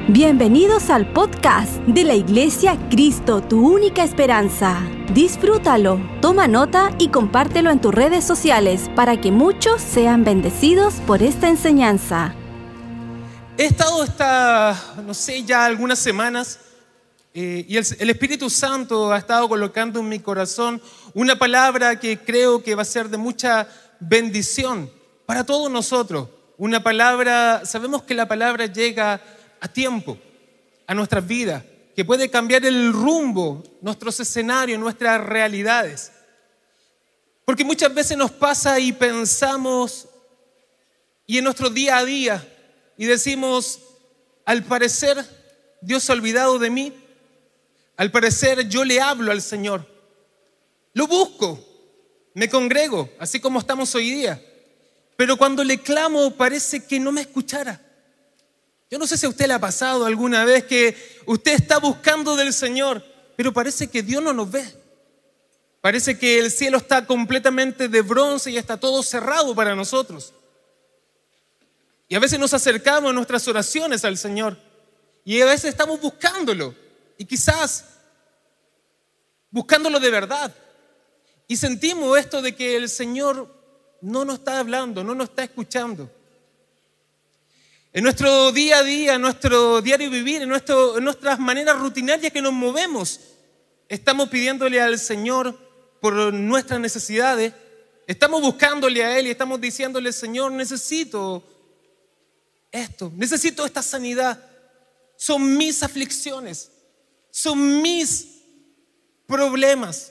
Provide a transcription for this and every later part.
Bienvenidos al podcast de la Iglesia Cristo, tu única esperanza. Disfrútalo, toma nota y compártelo en tus redes sociales para que muchos sean bendecidos por esta enseñanza. He estado ya algunas semanas y el Espíritu Santo ha estado colocando en mi corazón una palabra que creo que va a ser de mucha bendición para todos nosotros. Una palabra, sabemos que la palabra llega a tiempo, a nuestras vidas, que puede cambiar el rumbo, nuestros escenarios, nuestras realidades. Porque muchas veces nos pasa y pensamos, y en nuestro día a día, y decimos, al parecer Dios se ha olvidado de mí, al parecer yo le hablo al Señor, lo busco, me congrego, así como estamos hoy día, pero cuando le clamo parece que no me escuchara. Yo no sé si a usted le ha pasado alguna vez que usted está buscando del Señor, pero parece que Dios no nos ve. Parece que el cielo está completamente de bronce y está todo cerrado para nosotros. Y a veces nos acercamos en nuestras oraciones al Señor y a veces estamos buscándolo y quizás buscándolo de verdad. Y sentimos esto de que el Señor no nos está hablando, no nos está escuchando. En nuestro día a día, en nuestro diario vivir, en nuestras maneras rutinarias que nos movemos, estamos pidiéndole al Señor por nuestras necesidades, estamos buscándole a Él y estamos diciéndole, Señor, necesito esto, necesito esta sanidad. Son mis aflicciones, son mis problemas.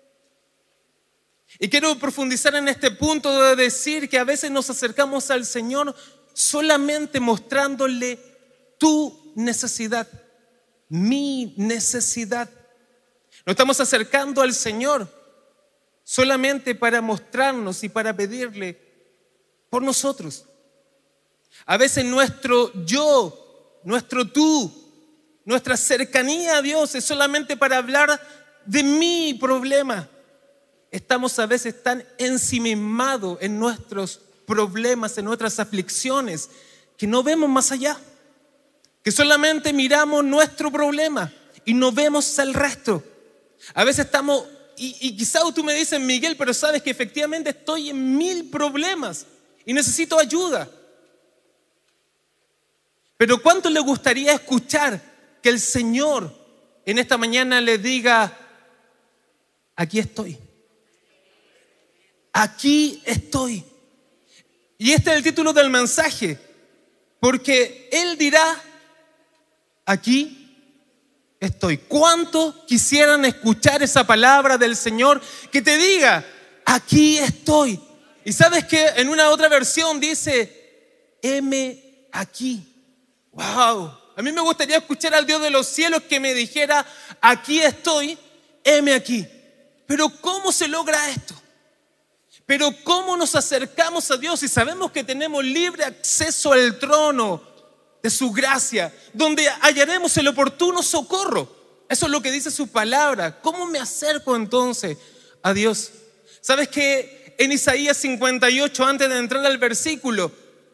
Y quiero profundizar en este punto de decir que a veces nos acercamos al Señor solamente mostrándole tu necesidad, mi necesidad. Nos estamos acercando al Señor solamente para mostrarnos y para pedirle por nosotros. A veces nuestro yo, nuestro tú, nuestra cercanía a Dios es solamente para hablar de mi problema. Estamos a veces tan ensimismados en nuestros problemas, en nuestras aflicciones, que no vemos más allá, que solamente miramos nuestro problema y no vemos el resto. A veces estamos, y quizás tú me dices, Miguel, pero sabes que efectivamente estoy en 1000 problemas y necesito ayuda. Pero ¿cuánto le gustaría escuchar que el Señor en esta mañana le diga, aquí estoy, aquí estoy? Y este es el título del mensaje, porque Él dirá, aquí estoy. ¿Cuánto quisieran escuchar esa palabra del Señor que te diga, aquí estoy? Y sabes que en una otra versión dice, heme aquí. ¡Wow! A mí me gustaría escuchar al Dios de los cielos que me dijera, aquí estoy, heme aquí. Pero ¿cómo se logra esto? Pero ¿cómo nos acercamos a Dios si sabemos que tenemos libre acceso al trono de su gracia, donde hallaremos el oportuno socorro? Eso es lo que dice su palabra. ¿Cómo me acerco entonces a Dios? ¿Sabes que en Isaías 58, antes de entrar al versículo,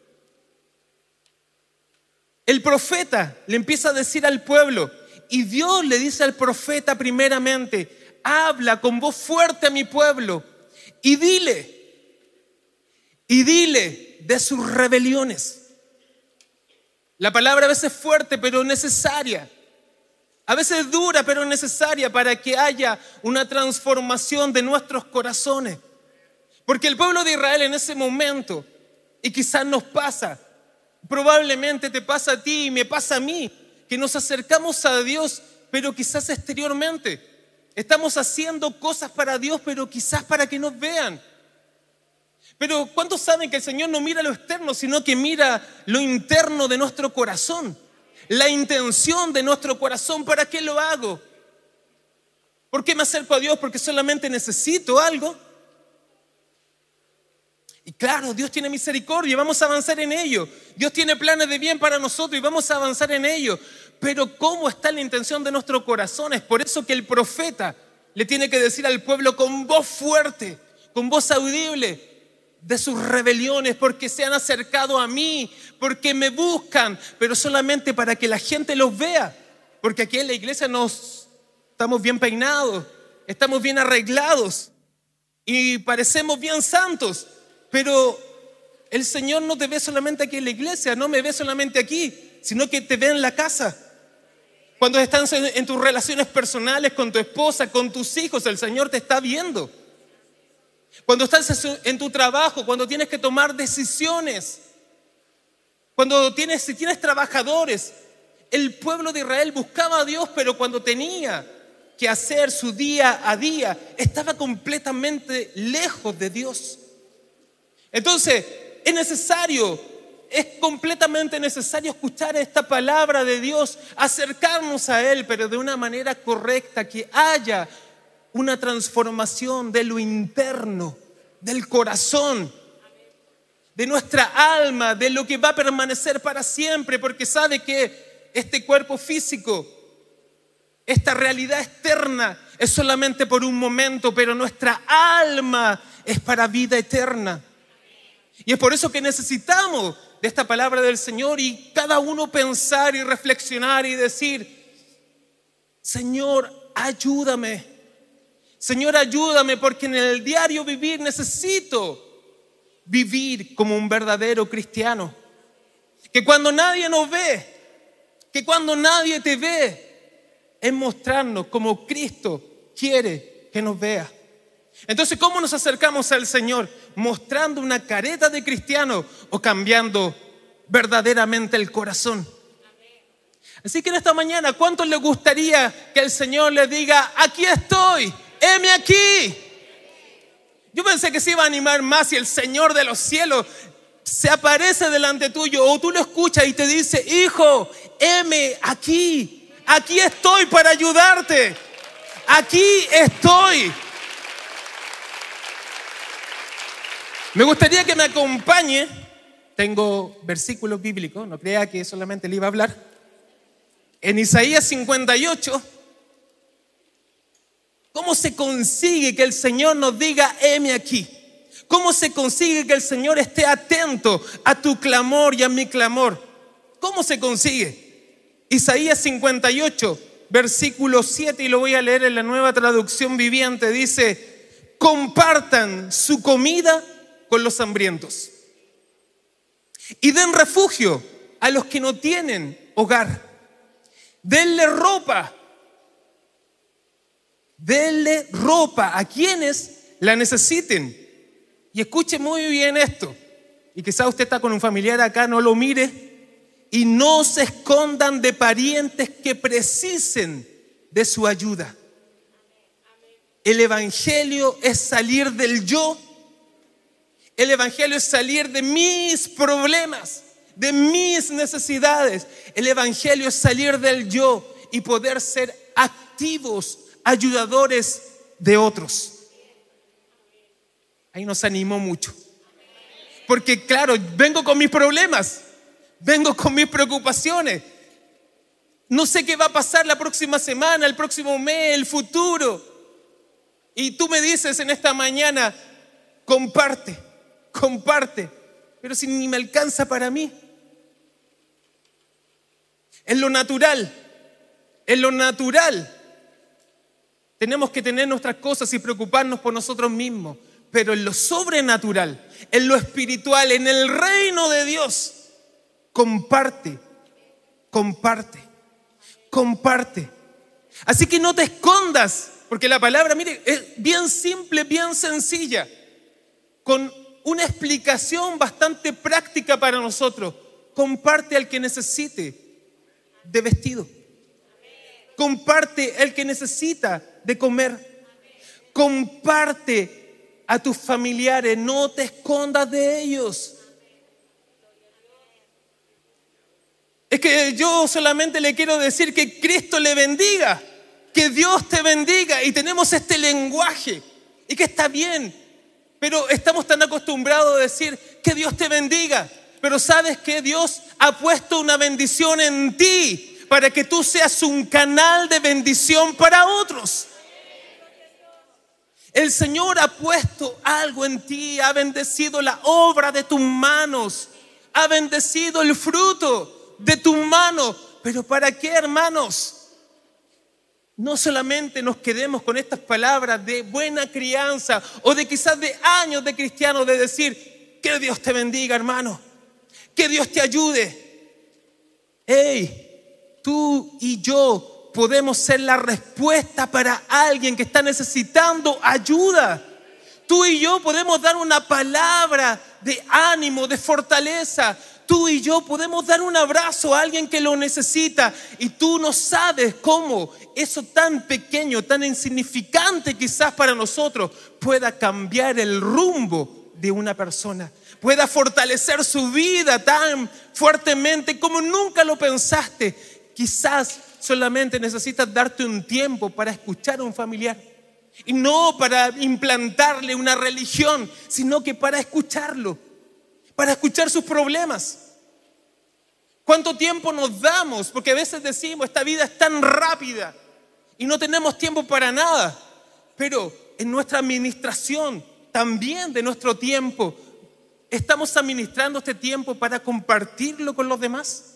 el profeta le empieza a decir al pueblo, y Dios le dice al profeta primeramente, habla con voz fuerte a mi pueblo, y dile de sus rebeliones. La palabra a veces es fuerte, pero necesaria. A veces dura, pero necesaria para que haya una transformación de nuestros corazones. Porque el pueblo de Israel en ese momento, y quizás nos pasa, probablemente te pasa a ti y me pasa a mí, que nos acercamos a Dios, pero quizás exteriormente. Estamos haciendo cosas para Dios, pero quizás para que nos vean. Pero ¿cuántos saben que el Señor no mira lo externo, sino que mira lo interno de nuestro corazón? La intención de nuestro corazón. ¿Para qué lo hago? ¿Por qué me acerco a Dios? ¿Porque solamente necesito algo? Y claro, Dios tiene misericordia y vamos a avanzar en ello. Dios tiene planes de bien para nosotros y vamos a avanzar en ello. Pero ¿cómo está la intención de nuestro corazón? Es por eso que el profeta le tiene que decir al pueblo con voz fuerte, con voz audible, de sus rebeliones, porque se han acercado a mí, porque me buscan, pero solamente para que la gente los vea. Porque aquí en la iglesia estamos bien peinados, estamos bien arreglados y parecemos bien santos, pero el Señor no te ve solamente aquí en la iglesia, no me ve solamente aquí, sino que te ve en la casa. Cuando estás en tus relaciones personales con tu esposa, con tus hijos, el Señor te está viendo. Cuando estás en tu trabajo, cuando tienes que tomar decisiones, si tienes trabajadores. El pueblo de Israel buscaba a Dios, pero cuando tenía que hacer su día a día, estaba completamente lejos de Dios. Entonces, es completamente necesario escuchar esta palabra de Dios, acercarnos a Él, pero de una manera correcta, que haya una transformación de lo interno, del corazón, de nuestra alma, de lo que va a permanecer para siempre, porque sabe que este cuerpo físico, esta realidad externa es solamente por un momento, pero nuestra alma es para vida eterna. Y es por eso que necesitamos de esta palabra del Señor y cada uno pensar y reflexionar y decir: Señor, ayúdame. Señor, ayúdame, porque en el diario vivir necesito vivir como un verdadero cristiano. Que cuando nadie nos ve, que cuando nadie te ve, es mostrarnos como Cristo quiere que nos vea. Entonces, ¿cómo nos acercamos al Señor? ¿Mostrando una careta de cristiano o cambiando verdaderamente el corazón? Así que en esta mañana, ¿cuántos les gustaría que el Señor les diga: aquí estoy, heme aquí? Yo pensé que se iba a animar más si el Señor de los cielos se aparece delante tuyo, o tú lo escuchas y te dice: hijo, heme aquí, aquí estoy para ayudarte, aquí estoy. Me gustaría que me acompañe. Tengo versículos bíblicos, no crea que solamente le iba a hablar. En Isaías 58, ¿cómo se consigue que el Señor nos diga: heme aquí? ¿Cómo se consigue que el Señor esté atento a tu clamor y a mi clamor? ¿Cómo se consigue? Isaías 58, versículo 7, y lo voy a leer en la Nueva Traducción Viviente. Dice: compartan su comida con los hambrientos y den refugio a los que no tienen hogar. Denle ropa a quienes la necesiten. Y escuche muy bien esto, y quizá usted está con un familiar acá, no lo mire, y no se escondan de parientes que precisen de su ayuda. El evangelio es salir del yo. El evangelio es salir de mis problemas, de mis necesidades. El evangelio es salir del yo y poder ser activos ayudadores de otros. Ahí nos animó mucho. Porque claro, vengo con mis problemas, vengo con mis preocupaciones. No sé qué va a pasar la próxima semana, el próximo mes, el futuro. Y tú me dices en esta mañana: comparte. Pero si ni me alcanza para mí. En lo natural, tenemos que tener nuestras cosas y preocuparnos por nosotros mismos. Pero en lo sobrenatural, en lo espiritual, en el reino de Dios, comparte. Así que no te escondas, porque la palabra, mire, es bien simple, bien sencilla, con una explicación bastante práctica para nosotros. Comparte al que necesite de vestido. Comparte al que necesita de comer. Comparte a tus familiares, no te escondas de ellos. Es que yo solamente le quiero decir que Cristo le bendiga, que Dios te bendiga, y tenemos este lenguaje, y que está bien, pero estamos tan acostumbrados a decir que Dios te bendiga. Pero sabes que Dios ha puesto una bendición en ti para que tú seas un canal de bendición para otros. El Señor ha puesto algo en ti, ha bendecido la obra de tus manos, ha bendecido el fruto de tus manos. ¿Pero para qué, hermanos? No solamente nos quedemos con estas palabras de buena crianza o de quizás de años de cristiano, de decir, que Dios te bendiga, hermano, que Dios te ayude. Hey, tú y yo podemos ser la respuesta para alguien que está necesitando ayuda. Tú y yo podemos dar una palabra de ánimo, de fortaleza. Tú y yo podemos dar un abrazo a alguien que lo necesita, y tú no sabes cómo eso tan pequeño, tan insignificante quizás para nosotros, pueda cambiar el rumbo de una persona, pueda fortalecer su vida tan fuertemente como nunca lo pensaste. Quizás solamente necesitas darte un tiempo para escuchar a un familiar, y no para implantarle una religión, sino que para escucharlo, para escuchar sus problemas. ¿Cuánto tiempo nos damos? Porque a veces decimos, esta vida es tan rápida y no tenemos tiempo para nada. Pero en nuestra administración también de nuestro tiempo, ¿estamos administrando este tiempo para compartirlo con los demás?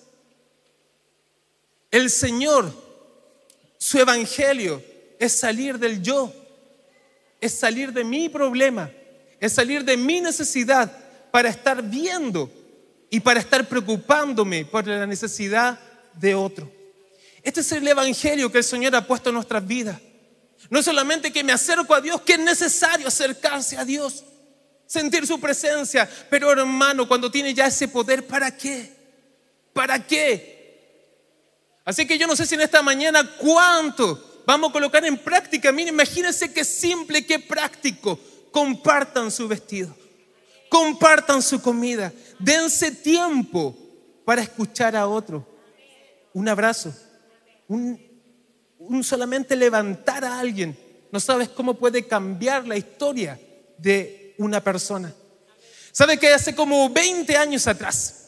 El Señor, su evangelio es salir del yo, es salir de mi problema, es salir de mi necesidad para estar viendo y para estar preocupándome por la necesidad de otro. Este es el evangelio que el Señor ha puesto en nuestras vidas. No solamente que me acerco a Dios, que es necesario acercarse a Dios, sentir su presencia, pero hermano, cuando tiene ya ese poder, ¿para qué? ¿Para qué? Así que yo no sé si en esta mañana cuánto vamos a colocar en práctica. Miren, imagínense qué simple, qué práctico. Compartan su vestido, compartan su comida, dense tiempo para escuchar a otro. Un abrazo, un solamente levantar a alguien. No sabes cómo puede cambiar la historia de una persona. ¿Sabe que hace como 20 años atrás,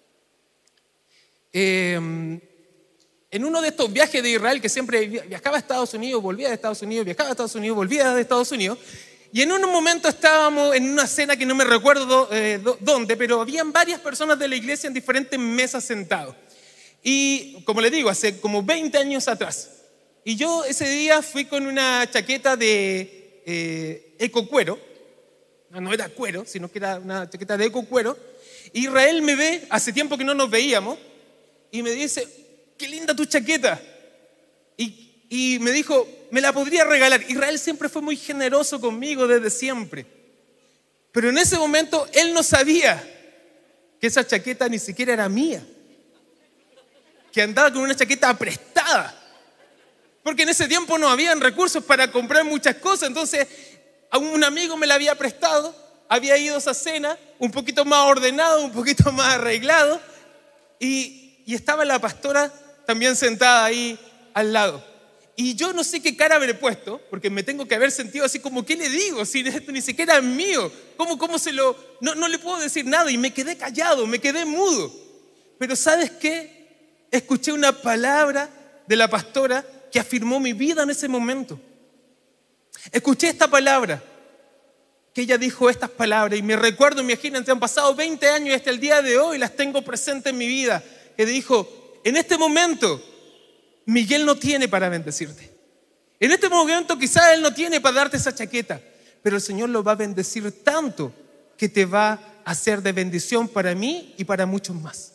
en uno de estos viajes de Israel, que siempre viajaba a Estados Unidos, volvía de Estados Unidos, viajaba a Estados Unidos, volvía de Estados Unidos, y en un momento estábamos en una cena que no me recuerdo dónde, pero habían varias personas de la iglesia en diferentes mesas sentados. Y como les digo, hace como 20 años atrás. Y yo ese día fui con una chaqueta de ecocuero. No era cuero, sino que era una chaqueta de ecocuero. Israel me ve, hace tiempo que no nos veíamos, y me dice, qué linda tu chaqueta. Y me dijo, me la podría regalar. Israel siempre fue muy generoso conmigo desde siempre. Pero en ese momento él no sabía que esa chaqueta ni siquiera era mía, que andaba con una chaqueta prestada, porque en ese tiempo no habían recursos para comprar muchas cosas. Entonces a un amigo me la había prestado, había ido a esa cena un poquito más ordenado, un poquito más arreglado, y estaba la pastora también sentada ahí al lado. Y yo no sé qué cara haber puesto, porque me tengo que haber sentido así como, ¿qué le digo? Si esto ni siquiera es mío, ¿cómo se lo...? No le puedo decir nada, y me quedé callado, me quedé mudo. Pero ¿sabes qué? Escuché una palabra de la pastora que afirmó mi vida en ese momento. Escuché esta palabra, que ella dijo estas palabras, y me recuerdo, imagínense, han pasado 20 años y hasta el día de hoy las tengo presentes en mi vida, que dijo, en este momento Miguel no tiene para bendecirte. En este momento quizás él no tiene para darte esa chaqueta, pero el Señor lo va a bendecir tanto que te va a hacer de bendición para mí y para muchos más.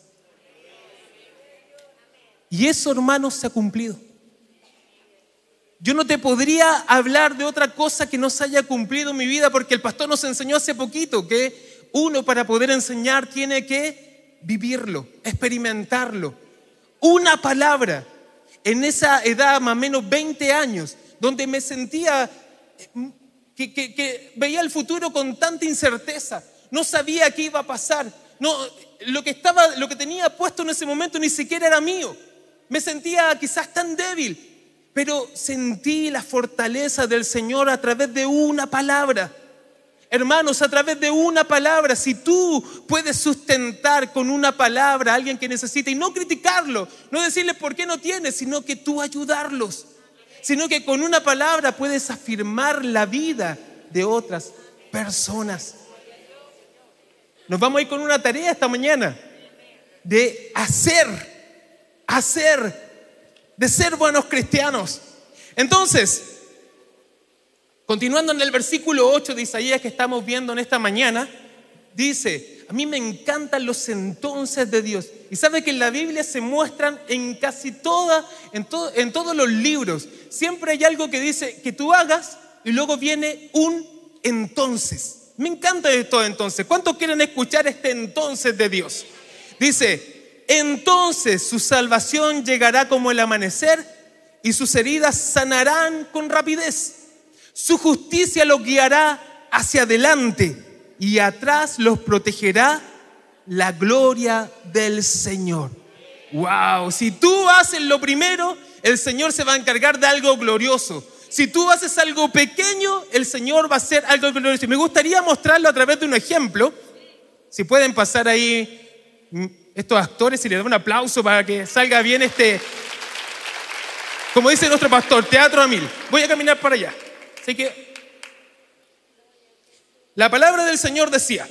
Y eso, hermanos, se ha cumplido. Yo no te podría hablar de otra cosa que no se haya cumplido en mi vida, porque el pastor nos enseñó hace poquito que uno, para poder enseñar, tiene que vivirlo, experimentarlo. Una palabra en esa edad, más o menos 20 años, donde me sentía que veía el futuro con tanta incerteza, no sabía qué iba a pasar, lo que tenía puesto en ese momento ni siquiera era mío, me sentía quizás tan débil, pero sentí la fortaleza del Señor a través de una palabra. Hermanos, a través de una palabra, si tú puedes sustentar con una palabra a alguien que necesita, y no criticarlo, no decirle por qué no tienes, sino que tú ayudarlos. sino que con una palabra puedes afirmar la vida de otras personas. Nos vamos a ir con una tarea esta mañana de de ser buenos cristianos. Entonces, continuando en el versículo 8 de Isaías que estamos viendo en esta mañana, dice: a mí me encantan los entonces de Dios. Y sabe que en la Biblia se muestran en casi en todos los libros. Siempre hay algo que dice que tú hagas y luego viene un entonces. Me encanta esto entonces. ¿Cuántos quieren escuchar este entonces de Dios? Dice: entonces su salvación llegará como el amanecer y sus heridas sanarán con rapidez. Su justicia los guiará hacia adelante y atrás los protegerá la gloria del Señor. ¡Wow! Si tú haces lo primero, el Señor se va a encargar de algo glorioso. Si tú haces algo pequeño, el Señor va a hacer algo glorioso. Me gustaría mostrarlo a través de un ejemplo. Si pueden pasar ahí estos actores y les dan un aplauso para que salga bien como dice nuestro pastor, teatro a mil. Voy a caminar para allá. Así que la palabra del Señor decía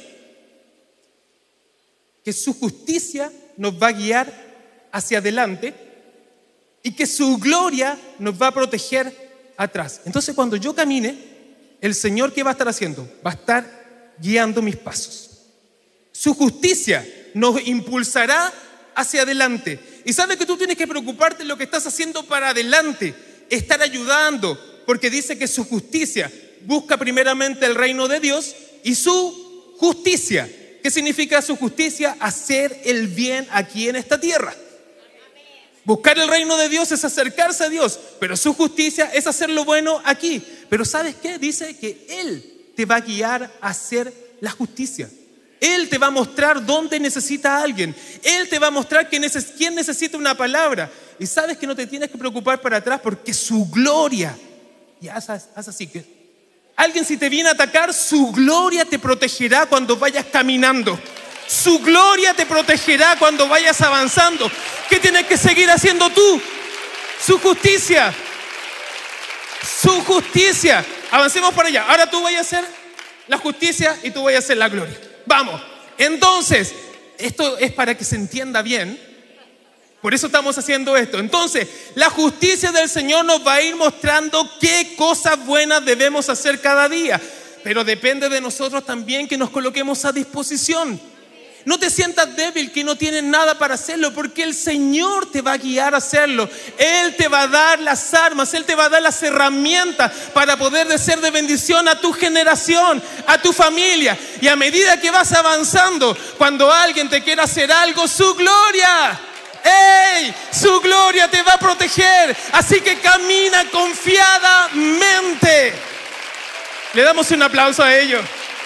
que su justicia nos va a guiar hacia adelante y que su gloria nos va a proteger atrás. Entonces, cuando yo camine, el Señor, ¿qué va a estar haciendo? Va a estar guiando mis pasos. Su justicia nos impulsará hacia adelante. Y sabe que tú tienes que preocuparte en lo que estás haciendo para adelante, estar ayudando, porque dice que su justicia busca primeramente el reino de Dios y su justicia. ¿Qué significa su justicia? Hacer el bien aquí en esta tierra. Buscar el reino de Dios es acercarse a Dios, pero su justicia es hacer lo bueno aquí. Pero ¿sabes qué? Dice que Él te va a guiar a hacer la justicia. Él te va a mostrar dónde necesita a alguien. Él te va a mostrar quién necesita una palabra. Y sabes que no te tienes que preocupar para atrás porque su gloria, y haz así que alguien si te viene a atacar, su gloria te protegerá cuando vayas caminando. Su gloria te protegerá cuando vayas avanzando. ¿Qué tienes que seguir haciendo tú? Su justicia. Su justicia. Avancemos para allá. Ahora tú vayas a hacer la justicia y tú vayas a hacer la gloria. Vamos. Entonces, esto es para que se entienda bien. Por eso estamos haciendo esto. Entonces, la justicia del Señor nos va a ir mostrando qué cosas buenas debemos hacer cada día. Pero depende de nosotros también que nos coloquemos a disposición. No te sientas débil que no tienes nada para hacerlo, porque el Señor te va a guiar a hacerlo. Él te va a dar las armas, Él te va a dar las herramientas para poder ser de bendición a tu generación, a tu familia. Y a medida que vas avanzando, cuando alguien te quiera hacer algo, su gloria, su gloria te va a proteger. Así que camina confiadamente. Le damos un aplauso a ellos.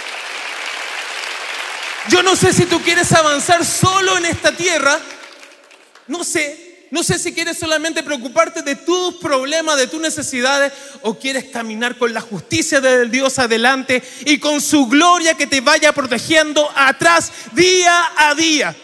Yo no sé si tú quieres avanzar solo en esta tierra. No sé si quieres solamente preocuparte de tus problemas, de tus necesidades, o quieres caminar con la justicia de Dios adelante y con su gloria que te vaya protegiendo atrás día a día.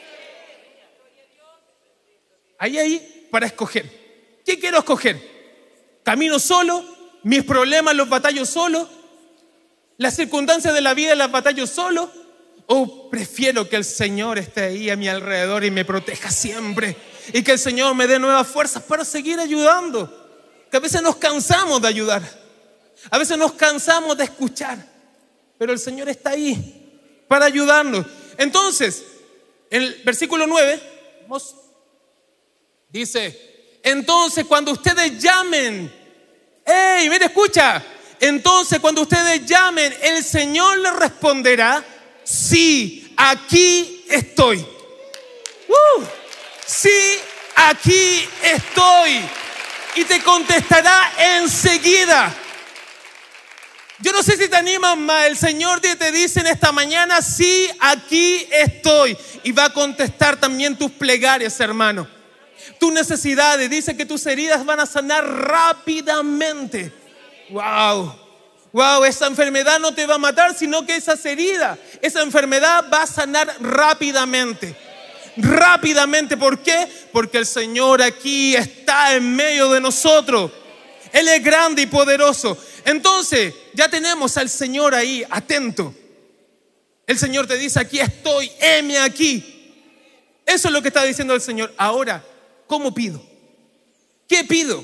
Ahí para escoger. ¿Qué quiero escoger? ¿Camino solo? ¿Mis problemas los batallo solo? ¿Las circunstancias de la vida las batallo solo? ¿O prefiero que el Señor esté ahí a mi alrededor y me proteja siempre? Y que el Señor me dé nuevas fuerzas para seguir ayudando. Que a veces nos cansamos de ayudar. A veces nos cansamos de escuchar. Pero el Señor está ahí para ayudarnos. Entonces, en el versículo 9, dice: entonces cuando ustedes llamen, mira, escucha. Entonces cuando ustedes llamen, el Señor les responderá: sí, aquí estoy. Sí, aquí estoy. Y te contestará enseguida. Yo no sé si te animas más. El Señor te dice en esta mañana: sí, aquí estoy. Y va a contestar también tus plegarias, hermano. Tus necesidades. Dice que tus heridas van a sanar rápidamente. Wow, esa enfermedad no te va a matar, sino que esas heridas, esa enfermedad va a sanar rápidamente. Rápidamente, ¿por qué? Porque el Señor aquí está en medio de nosotros. Él es grande y poderoso. Entonces, ya tenemos al Señor ahí, atento. El Señor te dice, aquí estoy, heme aquí. Eso es lo que está diciendo el Señor. Ahora, ¿cómo pido? ¿Qué pido?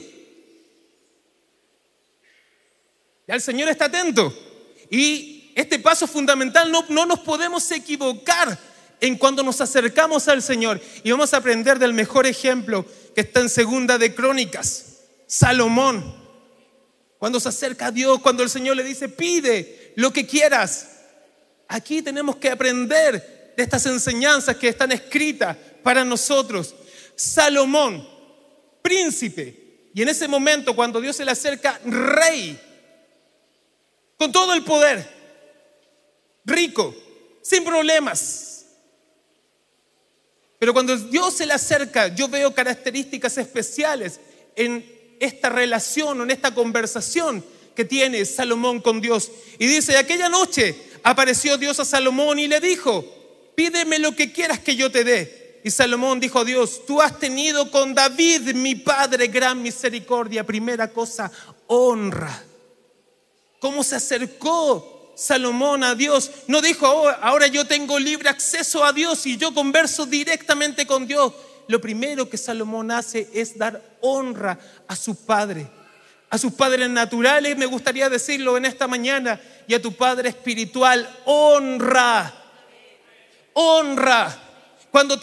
Ya el Señor está atento. Y este paso fundamental, no nos podemos equivocar en cuando nos acercamos al Señor. Y vamos a aprender del mejor ejemplo que está en Segunda de Crónicas, Salomón. Cuando se acerca a Dios, cuando el Señor le dice, pide lo que quieras. Aquí tenemos que aprender de estas enseñanzas que están escritas para nosotros. Salomón, príncipe, y en ese momento cuando Dios se le acerca, rey, con todo el poder, rico, sin problemas. Pero cuando Dios se le acerca, yo veo características especiales en esta relación, en esta conversación que tiene Salomón con Dios. Y dice, aquella noche apareció Dios a Salomón y le dijo, pídeme lo que quieras que yo te dé. Y Salomón dijo a Dios, tú has tenido con David, mi padre, gran misericordia. Primera cosa, honra. ¿Cómo se acercó Salomón a Dios? No dijo, oh, ahora yo tengo libre acceso a Dios y yo converso directamente con Dios. Lo primero que Salomón hace es dar honra a su padre. A sus padres naturales, me gustaría decirlo en esta mañana, y a tu padre espiritual, honra. Honra. Cuando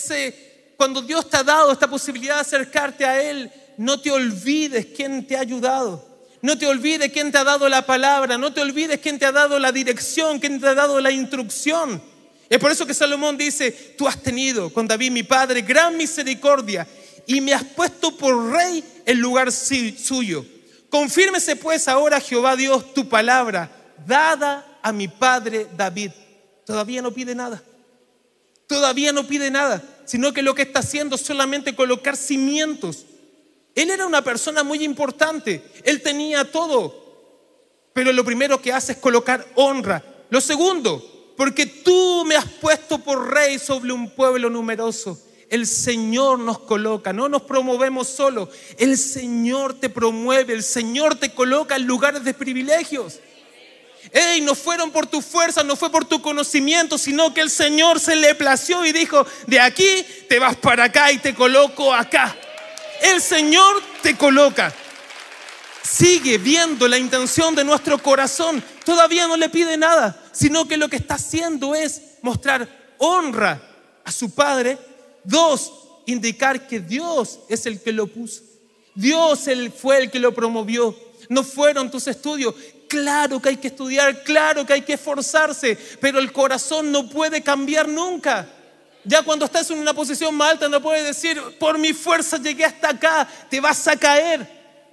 Dios te ha dado esta posibilidad de acercarte a Él, no te olvides quién te ha ayudado. No te olvides quién te ha dado la palabra. No te olvides quién te ha dado la dirección, quién te ha dado la instrucción. Es por eso que Salomón dice, tú has tenido con David mi padre gran misericordia y me has puesto por rey en lugar suyo. Confírmese pues ahora, Jehová Dios, tu palabra dada a mi padre David. Todavía no pide nada. Todavía no pide nada, sino que lo que está haciendo es solamente colocar cimientos. Él era una persona muy importante. Él tenía todo. Pero lo primero que hace es colocar honra. Lo segundo, porque tú me has puesto por rey sobre un pueblo numeroso. El Señor nos coloca, no nos promovemos solo. El Señor te promueve, el Señor te coloca en lugares de privilegios. No fueron por tu fuerza, no fue por tu conocimiento, sino que el Señor se le plació y dijo, de aquí te vas para acá y te coloco acá. El Señor te coloca. Sigue viendo la intención de nuestro corazón. Todavía no le pide nada, sino que lo que está haciendo es mostrar honra a su Padre. 2, indicar que Dios es el que lo puso. Dios fue el que lo promovió. No fueron tus estudios. Claro que hay que estudiar, claro que hay que esforzarse, pero el corazón no puede cambiar nunca. Ya cuando estás en una posición más alta no puedes decir, por mi fuerza llegué hasta acá, te vas a caer.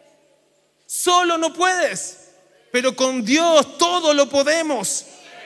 Solo no puedes, pero con Dios todo lo podemos.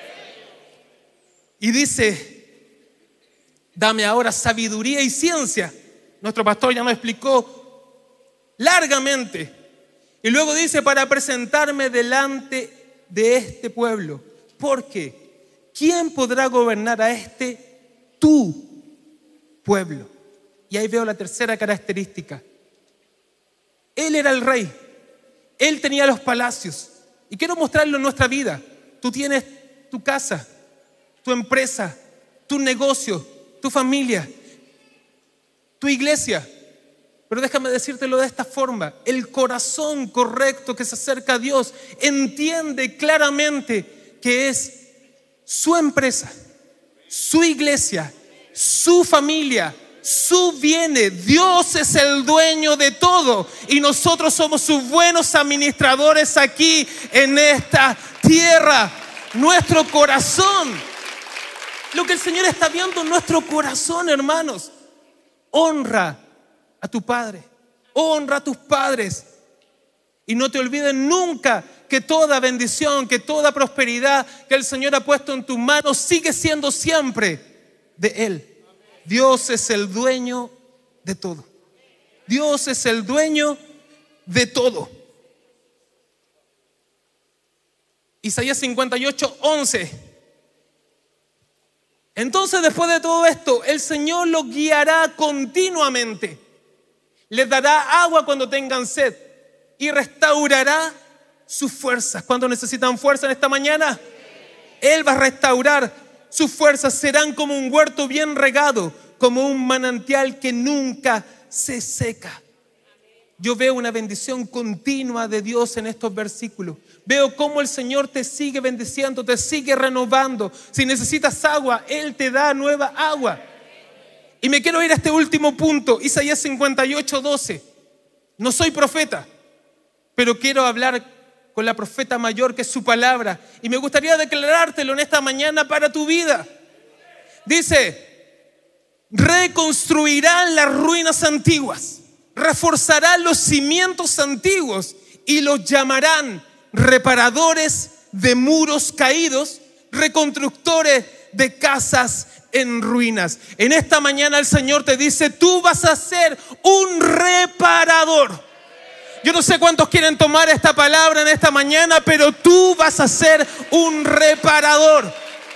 Y dice, dame ahora sabiduría y ciencia. Nuestro pastor ya nos explicó largamente. Y luego dice, para presentarme delante de este pueblo. Porque ¿quién podrá gobernar a tu pueblo? Y ahí veo la tercera característica. Él era el rey. Él tenía los palacios. Y quiero mostrarlo en nuestra vida. Tú tienes tu casa, tu empresa, tu negocio, tu familia, tu iglesia. Pero déjame decírtelo de esta forma. El corazón correcto que se acerca a Dios entiende claramente que es su empresa, su iglesia, su familia, su bienes. Dios es el dueño de todo y nosotros somos sus buenos administradores aquí en esta tierra. Nuestro corazón, lo que el Señor está viendo en nuestro corazón, hermanos. Honra a tu padre, honra a tus padres y no te olvides nunca que toda bendición, que toda prosperidad que el Señor ha puesto en tus manos sigue siendo siempre de Él. Dios es el dueño de todo. Dios es el dueño de todo. Isaías 58:11. Entonces, después de todo esto, el Señor los guiará continuamente. Les dará agua cuando tengan sed y restaurará sus fuerzas. ¿Cuántos necesitan fuerza en esta mañana? Él va a restaurar sus fuerzas. Serán como un huerto bien regado, como un manantial que nunca se seca. Yo veo una bendición continua de Dios en estos versículos. Veo cómo el Señor te sigue bendiciendo, te sigue renovando. Si necesitas agua, Él te da nueva agua. Y me quiero ir a este último punto, Isaías 58:12. No soy profeta, pero quiero hablar con la profeta mayor, que es su palabra. Y me gustaría declarártelo en esta mañana para tu vida. Dice: reconstruirán las ruinas antiguas, reforzarán los cimientos antiguos y los llamarán reparadores de muros caídos, reconstructores de casas en ruinas. En esta mañana el Señor te dice: tú vas a ser un reparador. Yo no sé cuántos quieren tomar esta palabra en esta mañana, pero tú vas a ser un reparador.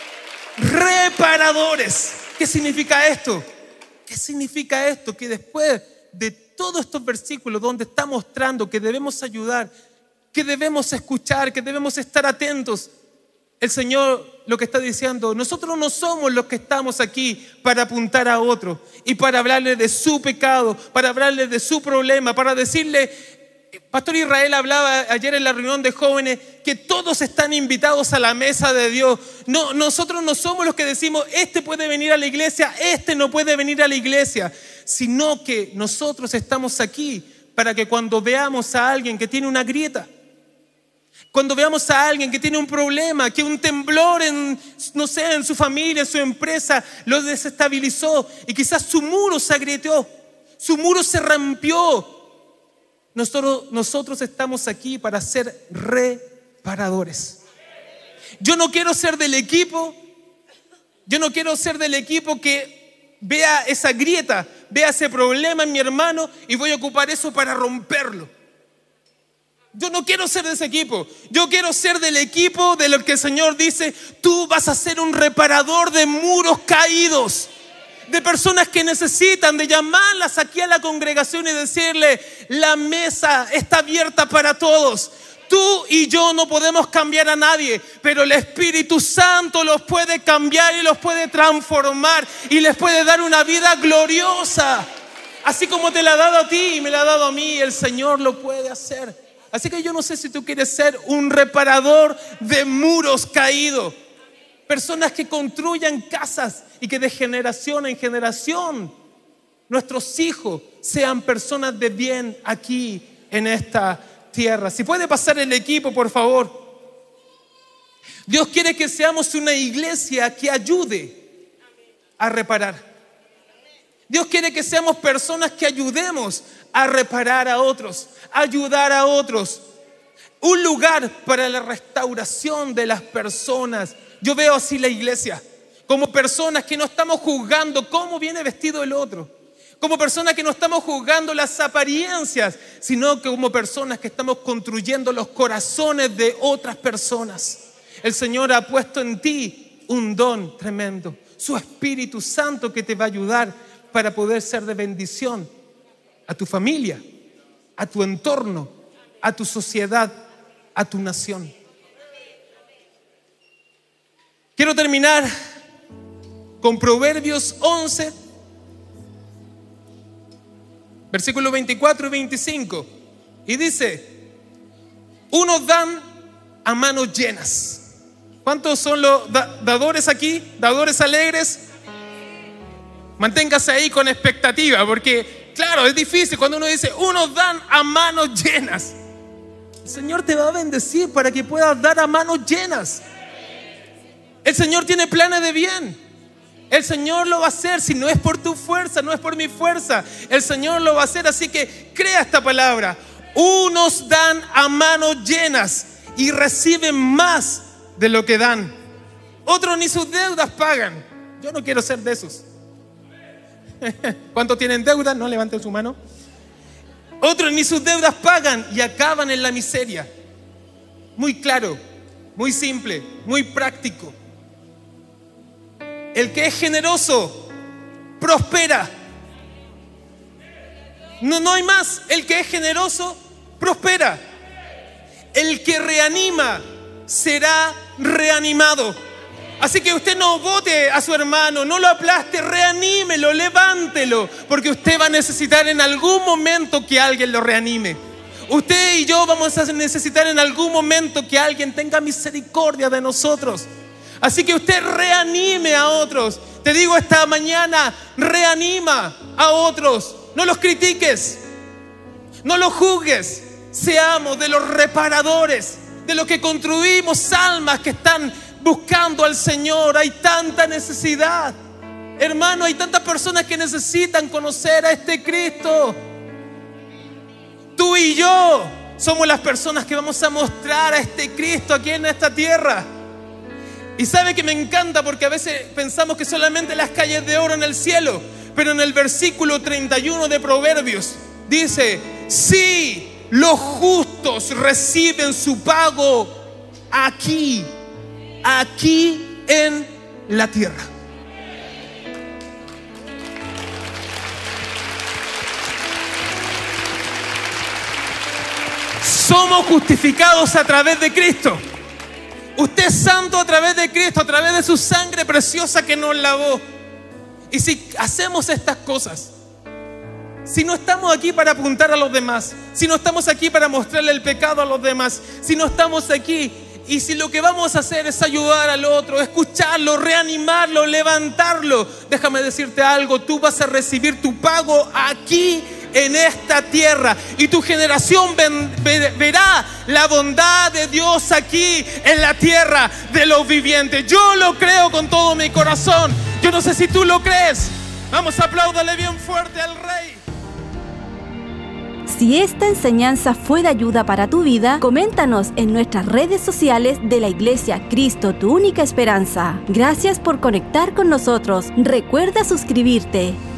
Reparadores. ¿Qué significa esto? ¿Qué significa esto? Que después de todos estos versículos donde está mostrando que debemos ayudar, que debemos escuchar, que debemos estar atentos, el Señor lo que está diciendo: nosotros no somos los que estamos aquí para apuntar a otro y para hablarle de su pecado, para hablarle de su problema, para decirle... Pastor Israel hablaba ayer en la reunión de jóvenes que todos están invitados a la mesa de Dios. No, nosotros no somos los que decimos: este puede venir a la iglesia, este no puede venir a la iglesia, sino que nosotros estamos aquí para que cuando veamos a alguien que tiene una grieta, cuando veamos a alguien que tiene un problema, que un temblor en su familia, en su empresa, lo desestabilizó y quizás su muro se agrieteó, su muro se rompió. Nosotros estamos aquí para ser reparadores. Yo no quiero ser del equipo que vea esa grieta, vea ese problema en mi hermano y voy a ocupar eso para romperlo. Yo no quiero ser de ese equipo. Yo quiero ser del equipo de lo que el Señor dice: tú vas a ser un reparador de muros caídos, de personas que necesitan, de llamarlas aquí a la congregación y decirle: la mesa está abierta para todos. Tú y yo no podemos cambiar a nadie, pero el Espíritu Santo los puede cambiar y los puede transformar y les puede dar una vida gloriosa. Así como te la ha dado a ti y me la ha dado a mí, el Señor lo puede hacer. Así que yo no sé si tú quieres ser un reparador de muros caídos. Personas que construyan casas y que de generación en generación nuestros hijos sean personas de bien aquí en esta tierra. Si puede pasar el equipo, por favor. Dios quiere que seamos una iglesia que ayude a reparar. Dios quiere que seamos personas que ayudemos a reparar a otros, ayudar a otros. Un lugar para la restauración de las personas. Yo veo así la iglesia, como personas que no estamos juzgando cómo viene vestido el otro, como personas que no estamos juzgando las apariencias, sino que como personas que estamos construyendo los corazones de otras personas. El Señor ha puesto en ti un don tremendo, su Espíritu Santo, que te va a ayudar para poder ser de bendición a tu familia, a tu entorno, a tu sociedad, a tu nación. Quiero terminar con Proverbios 11, versículos 24 y 25. Y dice: unos dan a manos llenas. ¿Cuántos son los dadores aquí? ¿Dadores alegres? Manténgase ahí con expectativa, porque claro, es difícil cuando uno dice: unos dan a manos llenas. El Señor te va a bendecir para que puedas dar a manos llenas. El Señor tiene planes de bien. El Señor lo va a hacer. Si no es por tu fuerza, no es por mi fuerza, el Señor lo va a hacer. Así que crea esta palabra: unos dan a manos llenas y reciben más de lo que dan. Otros ni sus deudas pagan. Yo no quiero ser de esos. ¿Cuántos tienen deudas? No levanten su mano. Otros ni sus deudas pagan y acaban en la miseria. Muy claro, muy simple, muy práctico. El que es generoso prospera. No hay más. El que es generoso prospera. El que reanima será reanimado. Así que usted no bote a su hermano, no lo aplaste, reanímelo, levántelo, porque usted va a necesitar en algún momento que alguien lo reanime. Usted y yo vamos a necesitar en algún momento que alguien tenga misericordia de nosotros. Así que usted reanime a otros. Te digo esta mañana, reanima a otros. No los critiques, no los juzgues. Seamos de los reparadores, de los que construimos almas que están buscando al Señor. Hay tanta necesidad, hermano, hay tantas personas que necesitan conocer a este Cristo. Tú y yo somos las personas que vamos a mostrar a este Cristo aquí en esta tierra. Y sabe que me encanta porque a veces pensamos que solamente las calles de oro en el cielo, pero en el versículo 31 de Proverbios dice: sí, los justos reciben su pago aquí en la tierra. Somos justificados a través de Cristo. Usted es santo a través de Cristo, a través de su sangre preciosa que nos lavó. Y si hacemos estas cosas, si no estamos aquí para apuntar a los demás, si no estamos aquí para mostrarle el pecado a los demás, si no estamos aquí y si lo que vamos a hacer es ayudar al otro, escucharlo, reanimarlo, levantarlo, déjame decirte algo, tú vas a recibir tu pago aquí en esta tierra y tu generación verá la bondad de Dios aquí en la tierra de los vivientes. Yo lo creo con todo mi corazón. Yo no sé si tú lo crees. Vamos, apláudale bien fuerte al Rey. Si esta enseñanza fue de ayuda para tu vida, coméntanos en nuestras redes sociales de la Iglesia Cristo, tu única esperanza. Gracias por conectar con nosotros. Recuerda suscribirte.